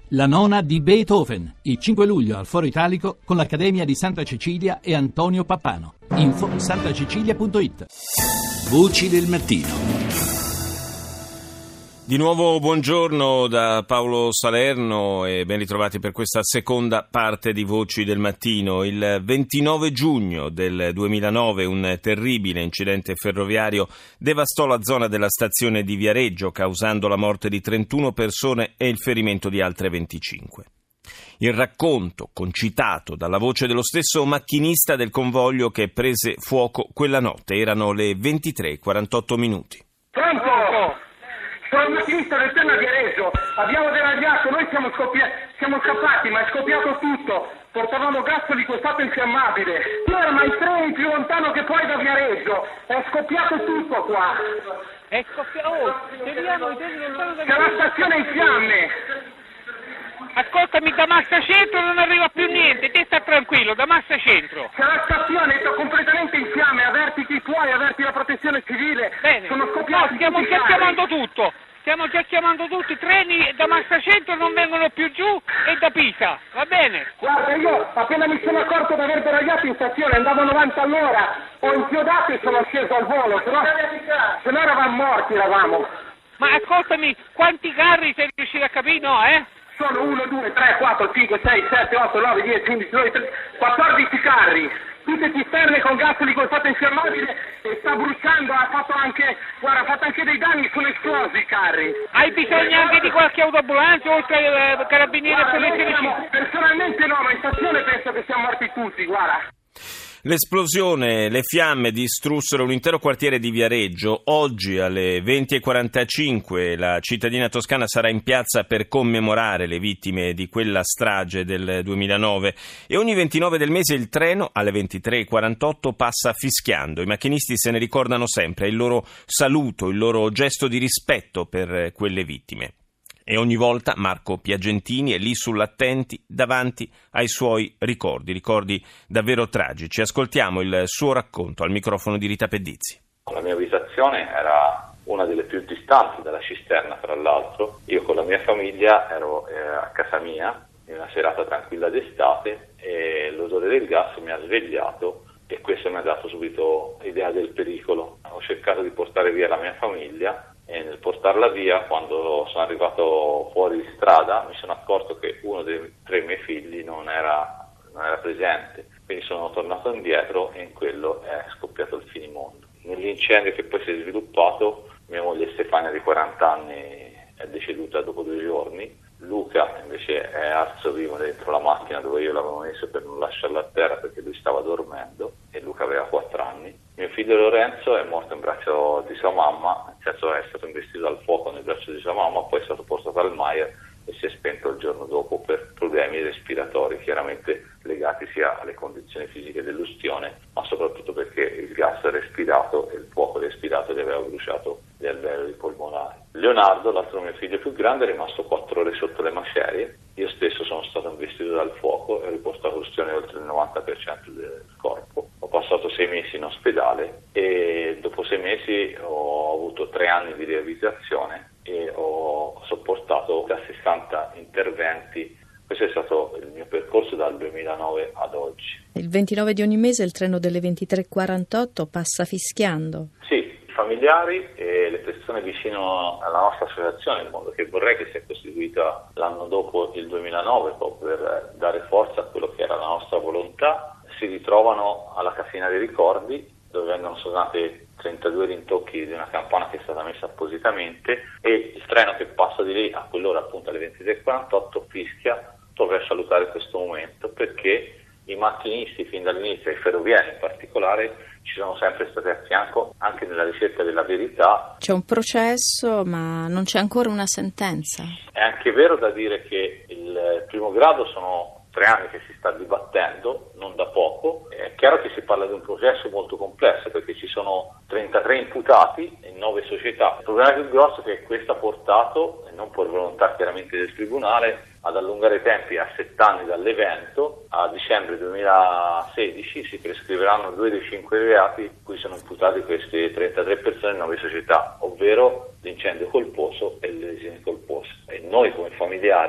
La nona di Beethoven, il 5 luglio al Foro Italico con l'Accademia di Santa Cecilia e Antonio Pappano. Info santacecilia.it. Voci del mattino. Di nuovo buongiorno da Paolo Salerno e ben ritrovati per questa seconda parte di Voci del Mattino. Il 29 giugno del 2009 un terribile incidente ferroviario devastò la zona della stazione di Viareggio, causando la morte di 31 persone e il ferimento di altre 25. Il racconto concitato dalla voce dello stesso macchinista del convoglio che prese fuoco quella notte. Erano le 23:48. Pronto! Sono il macchinista del treno a Viareggio, abbiamo deragliato, noi siamo scappati, ma è scoppiato tutto. Portavamo gas liquefatto infiammabile. Non era mai il treno più lontano che poi da Viareggio. È scoppiato tutto qua. È scoppiato. Teniamo i treni lontano da Viareggio. C'è la stazione in fiamme. Ascoltami, da Massa Centro non arriva più niente, te sta tranquillo, da Massa Centro. C'è la stazione, sta completamente in fiamme, avverti chi puoi, avverti la protezione civile. Bene, Sono scoppiati. no, stiamo già chiamando tutto. Stiamo già chiamando tutti, i treni da Massa Centro non vengono più giù e da Pisa, va bene? Guarda, io appena mi sono accorto di aver deragliato in stazione, andavo 90 all'ora, ho inchiodato e sono sceso al volo, se no eravamo morti, Ma ascoltami, quanti carri sei riuscito a capire, no, Sono 1, 2, 3, 4, 5, 6, 7, 8, 9, 10, 11, 12, 13, 14 carri. Tutte cisterne con gas liquefatto infiammabile e sta bruciando, ha fatto anche dei danni, sono esplosi i carri. Hai bisogno anche di qualche autoambulanza oltre ai carabinieri e polizia? No, personalmente no, ma in stazione penso che siamo morti tutti, guarda. L'esplosione, le fiamme distrussero un intero quartiere di Viareggio. Oggi alle 20:45 la cittadina toscana sarà in piazza per commemorare le vittime di quella strage del 2009 e ogni 29 del mese il treno alle 23:48 passa fischiando. I macchinisti se ne ricordano sempre, il loro saluto, il loro gesto di rispetto per quelle vittime. E ogni volta Marco Piagentini è lì sull'attenti davanti ai suoi ricordi davvero tragici. Ascoltiamo il suo racconto al microfono di Rita Pedizzi. La mia abitazione era una delle più distanti dalla cisterna, tra l'altro. Io con la mia famiglia ero a casa mia in una serata tranquilla d'estate e l'odore del gas mi ha svegliato e questo mi ha dato subito idea del pericolo. Ho cercato di portare via la mia famiglia e nel portarla via, quando sono arrivato fuori strada, mi sono accorto che uno dei 3 miei figli non era presente. Quindi sono tornato indietro e in quello è scoppiato il finimondo. Nell'incendio che poi si è sviluppato, mia moglie Stefania di 40 anni è deceduta dopo 2 giorni. Luca invece è arso vivo dentro la macchina dove io l'avevo messo per non lasciarlo a terra perché lui stava dormendo e Luca aveva 4 anni. Mio figlio Lorenzo è morto in braccio di sua mamma, nel senso è stato investito dal fuoco nel braccio di sua mamma, poi è stato portato al Maier e si è spento il giorno dopo per problemi respiratori, chiaramente legati sia alle condizioni fisiche dell'ustione, ma soprattutto perché il gas respirato e il fuoco respirato gli aveva bruciato gli alveoli polmonari. Leonardo, l'altro mio figlio più grande, è rimasto 4 ore sotto le macerie. Io stesso sono stato investito dal fuoco e ho riportato ustione oltre il 90% del corpo. Ho passato 6 mesi in ospedale e dopo 6 mesi ho avuto 3 anni di riabilitazione e ho sopportato da 60 interventi. Questo è stato il mio percorso dal 2009 ad oggi. Il 29 di ogni mese il treno delle 23:48 passa fischiando. Sì, i familiari e le persone vicino alla nostra associazione, in modo che vorrei che sia costituita l'anno dopo il 2009 proprio per dare forza a quello che era la nostra volontà, si ritrovano alla Casina dei Ricordi, dove vengono suonate 32 rintocchi di una campana che è stata messa appositamente e il treno che passa di lì a quell'ora, appunto alle 23:48, fischia. Vorrei salutare questo momento perché i macchinisti fin dall'inizio, e i ferroviari in particolare, ci sono sempre stati a fianco anche nella ricerca della verità. C'è un processo ma non c'è ancora una sentenza. È anche vero da dire che il primo grado sono 3 anni che si sta dibattendo, non da poco. È chiaro che si parla di un processo molto complesso perché ci sono 33 imputati in 9 società. Il problema più grosso è che questo ha portato, e non per volontà chiaramente del Tribunale, ad allungare i tempi a 7 anni dall'evento. A dicembre 2016 si prescriveranno 2 dei 5 reati in cui sono imputati queste 33 persone in 9 società, ovvero l'incendio colposo e le lesioni colpose. E noi come familiari ci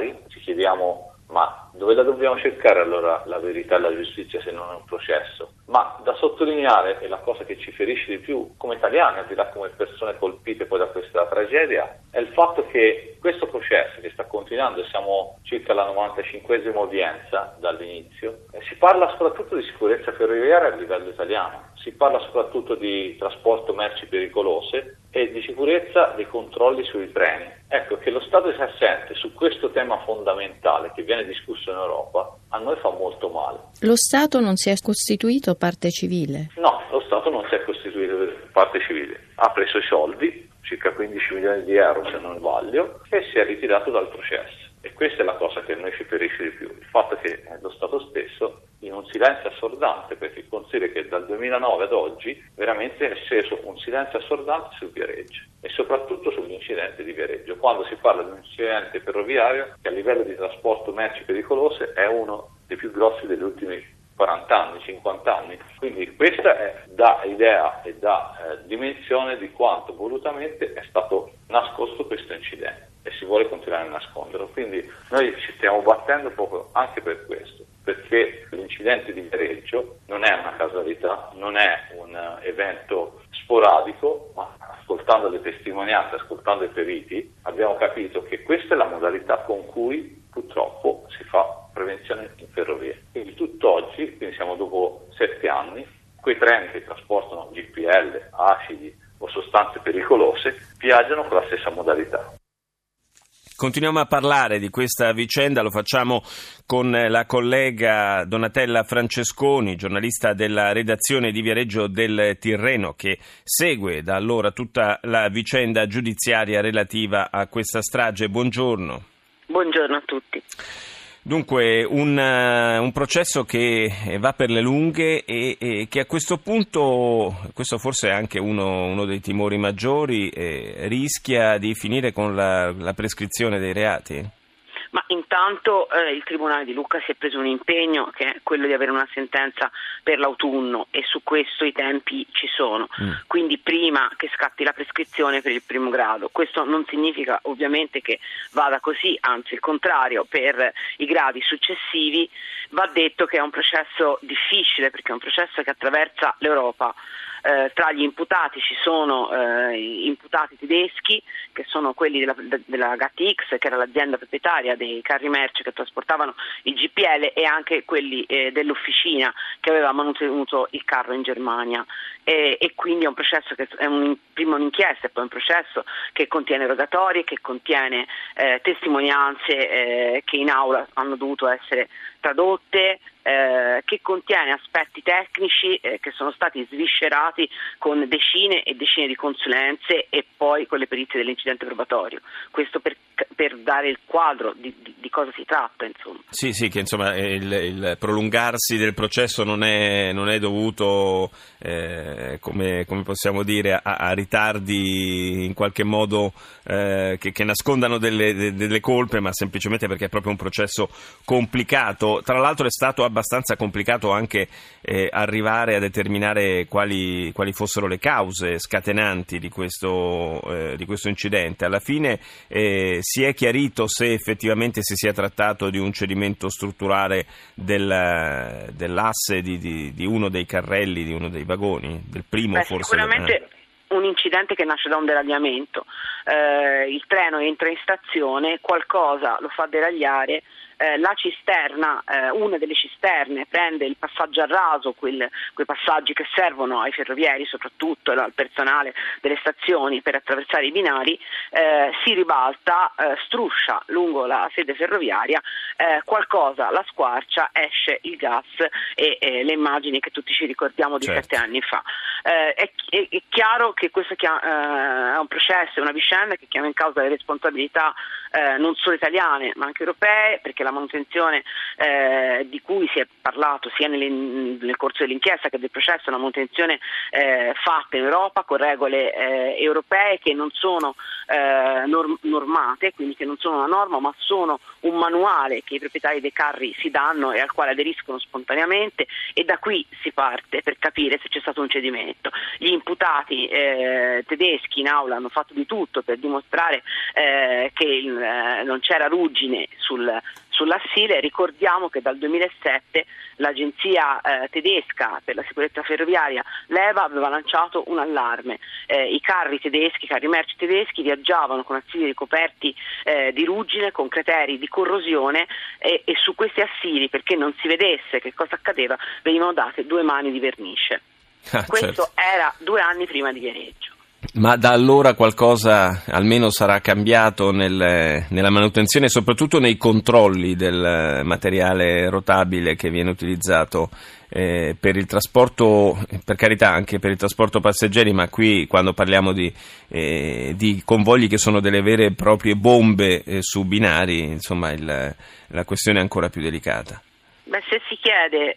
chiediamo: ma dove la dobbiamo cercare allora la verità e la giustizia se non è un processo? Ma da sottolineare, e la cosa che ci ferisce di più come italiani, al di là come persone colpite poi da questa tragedia, è il fatto che questo processo che sta continuando, siamo circa alla 95esima udienza dall'inizio, si parla soprattutto di sicurezza ferroviaria a livello italiano, si parla soprattutto di trasporto merci pericolose e di sicurezza dei controlli sui treni. Ecco, che lo Stato sia assente su questo tema fondamentale che viene discusso in Europa, a noi fa molto male. Lo Stato non si è costituito parte civile? No, lo Stato non si è costituito parte civile, ha preso i soldi, circa 15 milioni di euro se non sbaglio, e si è ritirato dal processo. E questa è la cosa che a noi ci ferisce di più, il fatto che lo Stato stesso, in un silenzio assordante, perché consideri che dal 2009 ad oggi veramente è sceso un silenzio assordante su Viareggio e soprattutto sull'incidente di Viareggio, quando si parla di un incidente ferroviario che a livello di trasporto merci pericolose è uno dei più grossi degli ultimi 40 anni, 50 anni. Quindi questa dà idea e dà dimensione di quanto volutamente è stato nascosto questo incidente e si vuole continuare a nasconderlo. Quindi noi ci stiamo battendo proprio anche per questo, perché l'incidente di Viareggio non è una casualità, non è un evento sporadico, ma ascoltando le testimonianze, ascoltando i periti, abbiamo capito che questa è la modalità con cui purtroppo si fa prevenzione in ferrovia. Quindi tutt'oggi, quindi siamo dopo 7 anni, quei treni che trasportano GPL, acidi o sostanze pericolose viaggiano con la stessa modalità. Continuiamo a parlare di questa vicenda, lo facciamo con la collega Donatella Francesconi, giornalista della redazione di Viareggio del Tirreno, che segue da allora tutta la vicenda giudiziaria relativa a questa strage. Buongiorno. Buongiorno a tutti. Dunque, un processo che va per le lunghe e che a questo punto, questo forse è anche uno dei timori maggiori, rischia di finire con la prescrizione dei reati? Ma intanto il Tribunale di Lucca si è preso un impegno che è quello di avere una sentenza per l'autunno e su questo i tempi ci sono, quindi prima che scatti la prescrizione per il primo grado. Questo non significa ovviamente che vada così, anzi il contrario, per i gradi successivi va detto che è un processo difficile perché è un processo che attraversa l'Europa. Tra gli imputati ci sono imputati tedeschi che sono quelli della GATX, che era l'azienda proprietaria dei carri merci che trasportavano il GPL, e anche quelli dell'officina che aveva manutenuto il carro in Germania, e quindi è un processo che è prima un'inchiesta e poi un processo che contiene rogatorie, che contiene testimonianze che in aula hanno dovuto essere tradotte, che contiene aspetti tecnici che sono stati sviscerati con decine e decine di consulenze e poi con le perizie dell'incidente probatorio. Questo per dare il quadro di cosa si tratta, insomma. Sì, che insomma il prolungarsi del processo non è dovuto, come possiamo dire, a ritardi in qualche modo che nascondano delle colpe, ma semplicemente perché è proprio un processo complicato. Tra l'altro è stato abbastanza complicato anche arrivare a determinare quali fossero le cause scatenanti di questo incidente. Alla fine si è chiarito se effettivamente si sia trattato di un cedimento strutturale dell'asse di uno dei carrelli, di uno dei vagoni, del primo forse. Sicuramente un incidente che nasce da un deragliamento. Il treno entra in stazione, qualcosa lo fa deragliare, la cisterna, una delle cisterne prende il passaggio a raso, quei passaggi che servono ai ferrovieri, soprattutto al personale delle stazioni per attraversare i binari, si ribalta, struscia lungo la sede ferroviaria, qualcosa la squarcia, esce il gas e le immagini che tutti ci ricordiamo di 7 anni fa. È chiaro che questo è un processo, è una vicenda che chiama in causa le responsabilità non solo italiane ma anche europee, perché la manutenzione di cui si è parlato sia nel corso dell'inchiesta che del processo è una manutenzione fatta in Europa con regole europee che non sono normate, quindi che non sono una norma ma sono un manuale che i proprietari dei carri si danno e al quale aderiscono spontaneamente, e da qui si parte per capire se c'è stato un cedimento. netto. Gli imputati tedeschi in aula hanno fatto di tutto per dimostrare che non c'era ruggine sull'assile. Ricordiamo che dal 2007 l'agenzia tedesca per la sicurezza ferroviaria, l'EVA, aveva lanciato un allarme. I carri merci tedeschi viaggiavano con assili ricoperti di ruggine, con crateri di corrosione, e su questi assili, perché non si vedesse che cosa accadeva, venivano date 2 mani di vernice. Questo era 2 anni prima di Viareggio. Ma da allora qualcosa almeno sarà cambiato nella manutenzione e soprattutto nei controlli del materiale rotabile che viene utilizzato per il trasporto, per carità anche per il trasporto passeggeri, ma qui quando parliamo di convogli che sono delle vere e proprie bombe su binari, insomma la questione è ancora più delicata. Se si chiede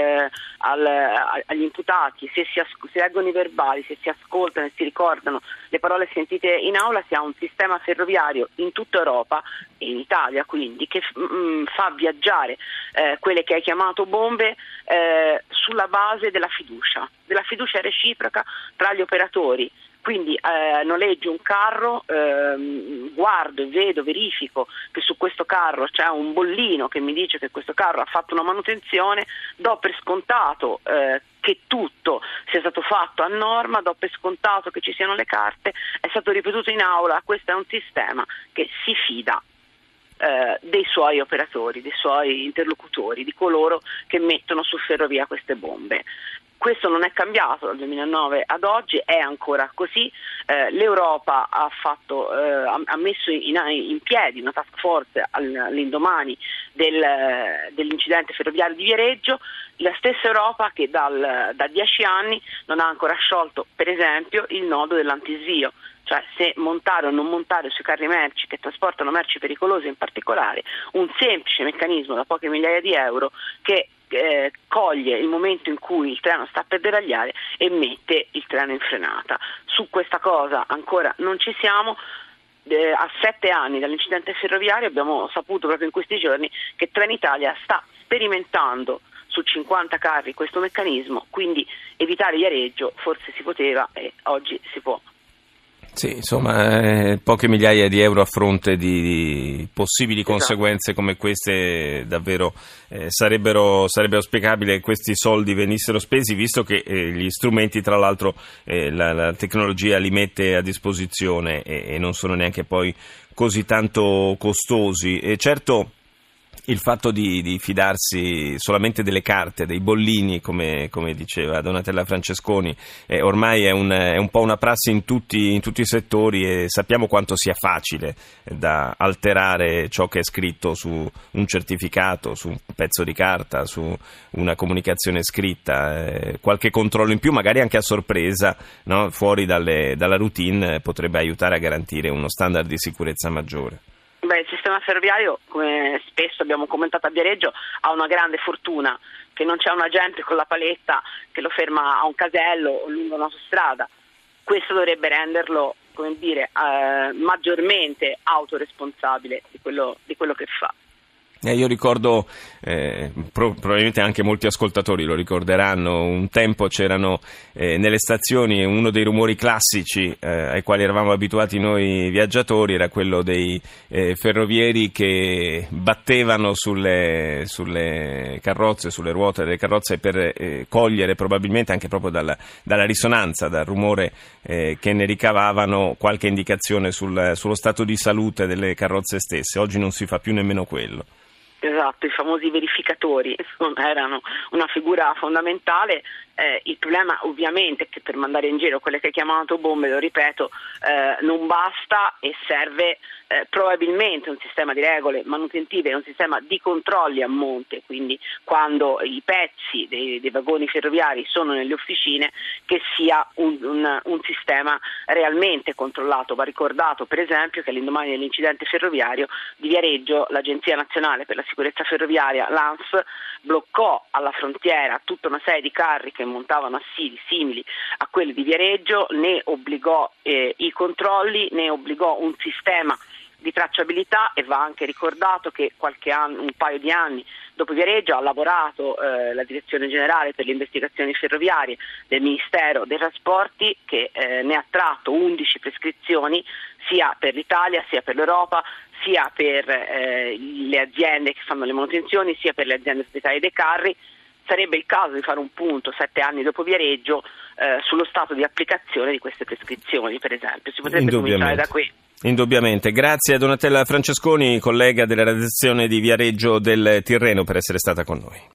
agli imputati, se si leggono i verbali, se si ascoltano e si ricordano le parole sentite in aula, si ha un sistema ferroviario in tutta Europa e in Italia quindi che fa viaggiare quelle che hai chiamato bombe sulla base della fiducia reciproca tra gli operatori. Quindi noleggio un carro, guardo e verifico che su questo carro c'è un bollino che mi dice che questo carro ha fatto una manutenzione, do per scontato che tutto sia stato fatto a norma, do per scontato che ci siano le carte, è stato ripetuto in aula. Questo è un sistema che si fida dei suoi operatori, dei suoi interlocutori, di coloro che mettono su ferrovia queste bombe. Questo non è cambiato dal 2009 ad oggi, è ancora così. L'Europa ha messo in piedi una task force all'indomani dell'incidente ferroviario di Viareggio, la stessa Europa che da 10 anni non ha ancora sciolto, per esempio, il nodo dell'antisvio, cioè se montare o non montare sui carri merci che trasportano merci pericolose, in particolare un semplice meccanismo da poche migliaia di euro che coglie il momento in cui il treno sta per deragliare e mette il treno in frenata. Su questa cosa ancora non ci siamo. A 7 anni dall'incidente ferroviario abbiamo saputo proprio in questi giorni che Trenitalia sta sperimentando su 50 carri questo meccanismo, quindi evitare Viareggio forse si poteva e oggi si può. Sì, insomma, poche migliaia di euro a fronte di possibili conseguenze come queste, davvero sarebbero auspicabile che questi soldi venissero spesi, visto che gli strumenti, tra l'altro, la tecnologia li mette a disposizione e non sono neanche poi così tanto costosi. E certo, il fatto di fidarsi solamente delle carte, dei bollini, come diceva Donatella Francesconi, ormai è un po' una prassi in tutti i settori, e sappiamo quanto sia facile da alterare ciò che è scritto su un certificato, su un pezzo di carta, su una comunicazione scritta. Qualche controllo in più, magari anche a sorpresa, no? Fuori dalla routine, potrebbe aiutare a garantire uno standard di sicurezza maggiore. Il sistema ferroviario, come spesso abbiamo commentato a Viareggio, ha una grande fortuna, che non c'è un agente con la paletta che lo ferma a un casello o lungo un'autostrada. Questo dovrebbe renderlo, maggiormente autoresponsabile di quello che fa. Io ricordo, probabilmente anche molti ascoltatori lo ricorderanno, un tempo c'erano nelle stazioni uno dei rumori classici ai quali eravamo abituati noi viaggiatori, era quello dei ferrovieri che battevano sulle carrozze, sulle ruote delle carrozze per cogliere, probabilmente anche proprio dalla risonanza, dal rumore che ne ricavavano, qualche indicazione sullo stato di salute delle carrozze stesse. Oggi non si fa più nemmeno quello. Esatto, i famosi verificatori erano una figura fondamentale. Il problema ovviamente è che per mandare in giro quelle che hai chiamato bombe, lo ripeto, non basta, e serve probabilmente un sistema di regole manutentive e un sistema di controlli a monte, quindi quando i pezzi dei vagoni ferroviari sono nelle officine, che sia un sistema realmente controllato. Va ricordato per esempio che all'indomani dell'incidente ferroviario di Viareggio l'Agenzia Nazionale per la Sicurezza Ferroviaria, l'ANS, bloccò alla frontiera tutta una serie di carri che montavano assili simili a quelli di Viareggio, ne obbligò i controlli, ne obbligò un sistema di tracciabilità, e va anche ricordato che un paio di anni dopo Viareggio ha lavorato la Direzione Generale per le Investigazioni Ferroviarie del Ministero dei Trasporti, che ne ha tratto 11 prescrizioni sia per l'Italia sia per l'Europa, sia per le aziende che fanno le manutenzioni, sia per le aziende statali dei carri. Sarebbe il caso di fare un punto 7 anni dopo Viareggio sullo stato di applicazione di queste prescrizioni, per esempio. Si potrebbe cominciare da qui. Indubbiamente. Grazie a Donatella Francesconi, collega della redazione di Viareggio del Tirreno, per essere stata con noi.